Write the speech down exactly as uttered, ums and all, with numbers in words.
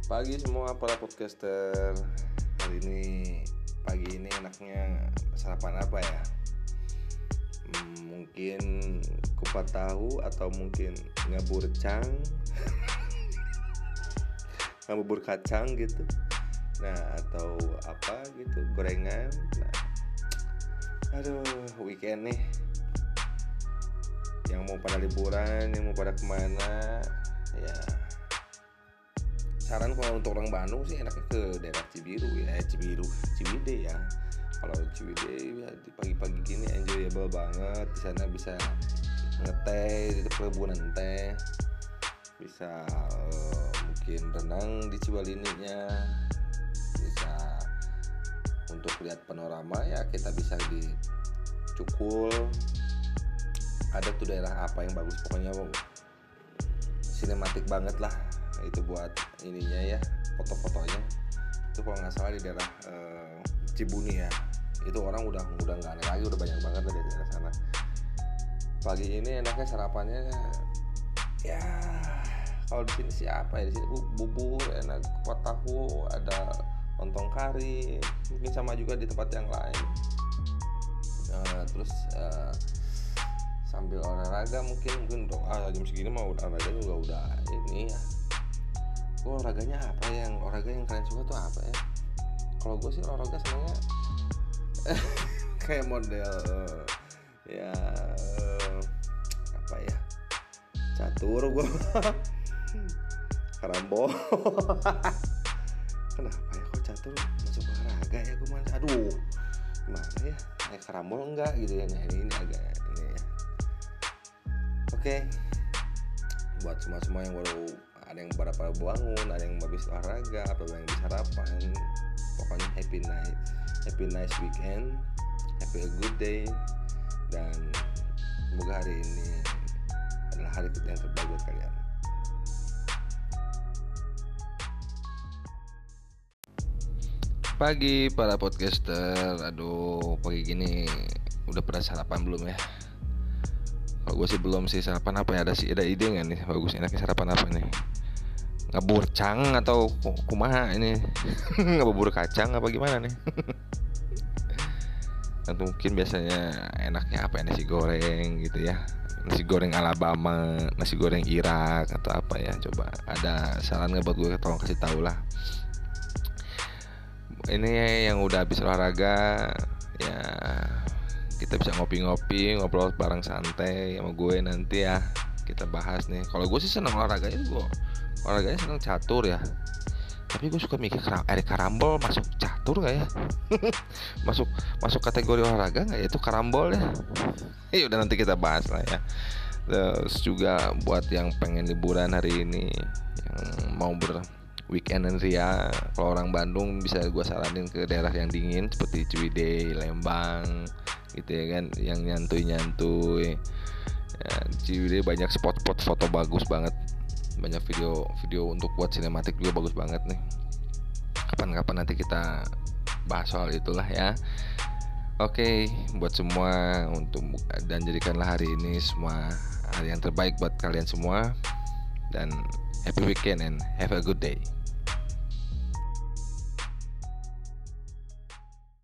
Pagi semua para podcaster. Hari ini pagi ini enaknya sarapan apa ya? Hmm, mungkin kupat tahu atau mungkin ngabur cang, ngabur kacang gitu. Nah atau apa gitu gorengan. Nah, aduh weekend nih. Yang mau pada liburan, yang mau pada kemana, ya. Saran kalau untuk orang Bandung sih enaknya ke daerah Cibiru ya, eh, Cibiru, Ciwidey ya. Kalau Ciwidey ya, di pagi-pagi gini enjoyable banget. Di sana bisa ngeteh di perkebunan teh, bisa uh, mungkin renang di Cibalininya, bisa untuk lihat panorama ya kita bisa di Cukul. Ada tuh daerah apa yang bagus pokoknya sinematik banget lah. Itu buat ininya ya, foto-fotonya itu kalau nggak salah di daerah uh, Cibuni ya. Itu orang udah udah nggak aneh lagi, udah banyak banget dari daerah sana. Pagi ini enaknya sarapannya ya kalau di sini siapa ya, di sini bubur enak, kupat tahu, ada lontong kari, mungkin sama juga di tempat yang lain. Uh, terus uh, sambil olahraga mungkin mungkin doa jam segini mau olahraga juga udah ini ya. Gue olahraganya apa yang olahraga yang kalian suka tuh apa ya? Kalau gue sih olahraga senangnya kayak model uh, ya uh, apa ya, catur gue karambol. Kenapa ya kok catur masuk olahraga ya gue malah aduh gimana ya, kayak karambol enggak gitu ya. Nah ini, ini agak ini ya. Oke, buat semua-semua yang baru, ada yang beberapa bangun, ada yang habis olahraga, ada yang bisa sarapan. Pokoknya happy night, happy nice weekend, happy a good day, dan semoga hari ini adalah hari yang terbaik buat kalian. Pagi para podcaster, aduh pagi gini udah pernah sarapan belum ya? Kalau gue sih belum sih. Sarapan apa ya, ada sih ada ide nggak nih bagus enaknya sarapan apa nih? Ngabur cang atau kumaha ini? Ngabur kacang apa gimana nih? Atau mungkin biasanya enaknya apa ya, nasi goreng gitu ya, nasi goreng Alabama, nasi goreng Irak atau apa ya? Coba ada saran nggak buat gue, tolong kasih tahu lah. Ini yang udah habis olahraga ya, kita bisa ngopi-ngopi, ngobrol bareng santai sama gue nanti ya. Kita bahas nih. Kalau gue sih seneng olahraganya, gue olahraganya seneng catur ya. Tapi gue suka mikir air karambol masuk catur gak ya? masuk masuk kategori olahraga gak ya itu karambol ya? Ya udah nanti kita bahas lah ya. Terus juga buat yang pengen liburan hari ini, yang mau ber weekend dan ria, kalau orang Bandung bisa gue saranin ke daerah yang dingin seperti Ciwidey, Lembang gitu ya kan, yang nyantuy-nyantuy ya. Ciwidey banyak spot-spot foto bagus banget, banyak video-video untuk buat sinematik juga bagus banget nih. Kapan-kapan nanti kita bahas soal itulah ya. Oke, buat semua untuk dan jadikanlah hari ini semua hari yang terbaik buat kalian semua, dan happy weekend and have a good day.